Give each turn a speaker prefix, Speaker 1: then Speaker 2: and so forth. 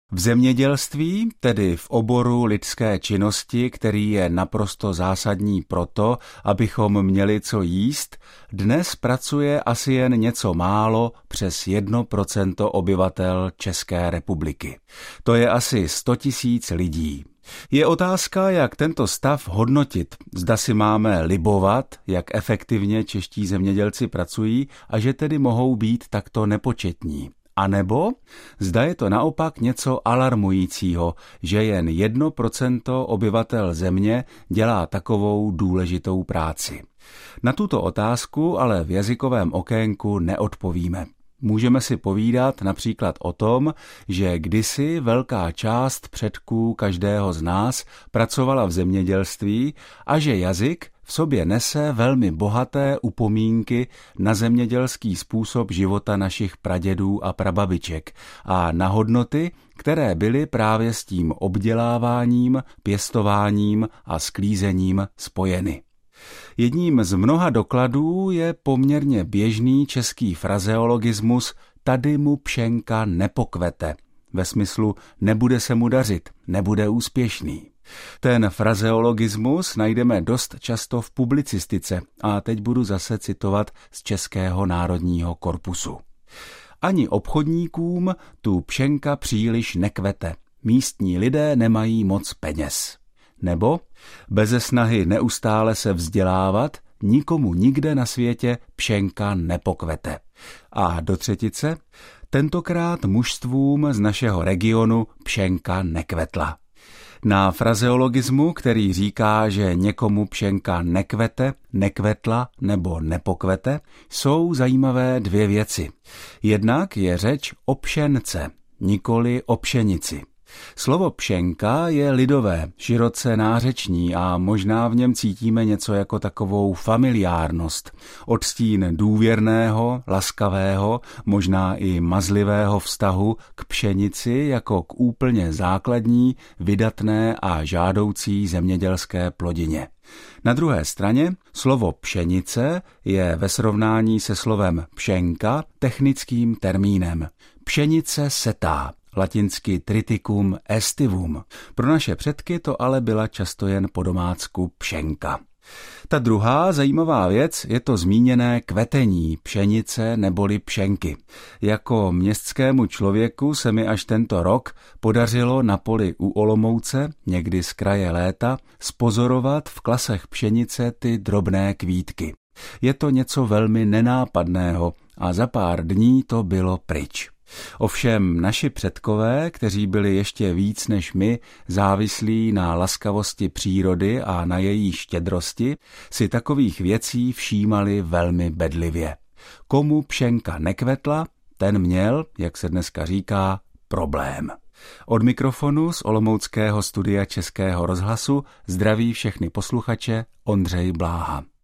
Speaker 1: V zemědělství, tedy v oboru lidské činnosti, který je naprosto zásadní proto, abychom měli co jíst, dnes pracuje asi jen něco málo přes 1% obyvatel České republiky. To je asi 100 000 lidí. Je otázka, jak tento stav hodnotit. Zda si máme libovat, jak efektivně čeští zemědělci pracují a že tedy mohou být takto nepočetní. A nebo zda je to naopak něco alarmujícího, že jen 1% obyvatel země dělá takovou důležitou práci. Na tuto otázku ale v jazykovém okénku neodpovíme. Můžeme si povídat například o tom, že kdysi velká část předků každého z nás pracovala v zemědělství a že jazyk v sobě nese velmi bohaté upomínky na zemědělský způsob života našich pradědů a prababiček a na hodnoty, které byly právě s tím obděláváním, pěstováním a sklízením spojeny. Jedním z mnoha dokladů je poměrně běžný český frazeologismus tady mu pšenka nepokvete, ve smyslu nebude se mu dařit, nebude úspěšný. Ten frazeologismus najdeme dost často v publicistice a teď budu zase citovat z Českého národního korpusu. Ani obchodníkům tu pšenka příliš nekvete, místní lidé nemají moc peněz. Nebo beze snahy neustále se vzdělávat, nikomu nikde na světě pšenka nepokvete. A do třetice, tentokrát mužstvům z našeho regionu pšenka nekvetla. Na frazeologismu, který říká, že někomu pšenka nekvete, nekvetla nebo nepokvete, jsou zajímavé dvě věci. Jednak je řeč o pšence, nikoli o pšenici. Slovo pšenka je lidové, široce nářeční a možná v něm cítíme něco jako takovou familiárnost, odstín důvěrného, laskavého, možná i mazlivého vztahu k pšenici jako k úplně základní, vydatné a žádoucí zemědělské plodině. Na druhé straně slovo pšenice je ve srovnání se slovem pšenka technickým termínem. Pšenice setá. Latinsky triticum aestivum. Pro naše předky to ale byla často jen po domácku pšenka. Ta druhá zajímavá věc je to zmíněné kvetení pšenice neboli pšenky. Jako městskému člověku se mi až tento rok podařilo na poli u Olomouce, někdy z kraje léta, spozorovat v klasech pšenice ty drobné kvítky. Je to něco velmi nenápadného a za pár dní to bylo pryč. Ovšem naši předkové, kteří byli ještě víc než my závislí na laskavosti přírody a na její štědrosti, si takových věcí všímali velmi bedlivě. Komu pšenka nekvetla, ten měl, jak se dneska říká, problém. Od mikrofonu z olomouckého studia Českého rozhlasu zdraví všechny posluchače Ondřej Bláha.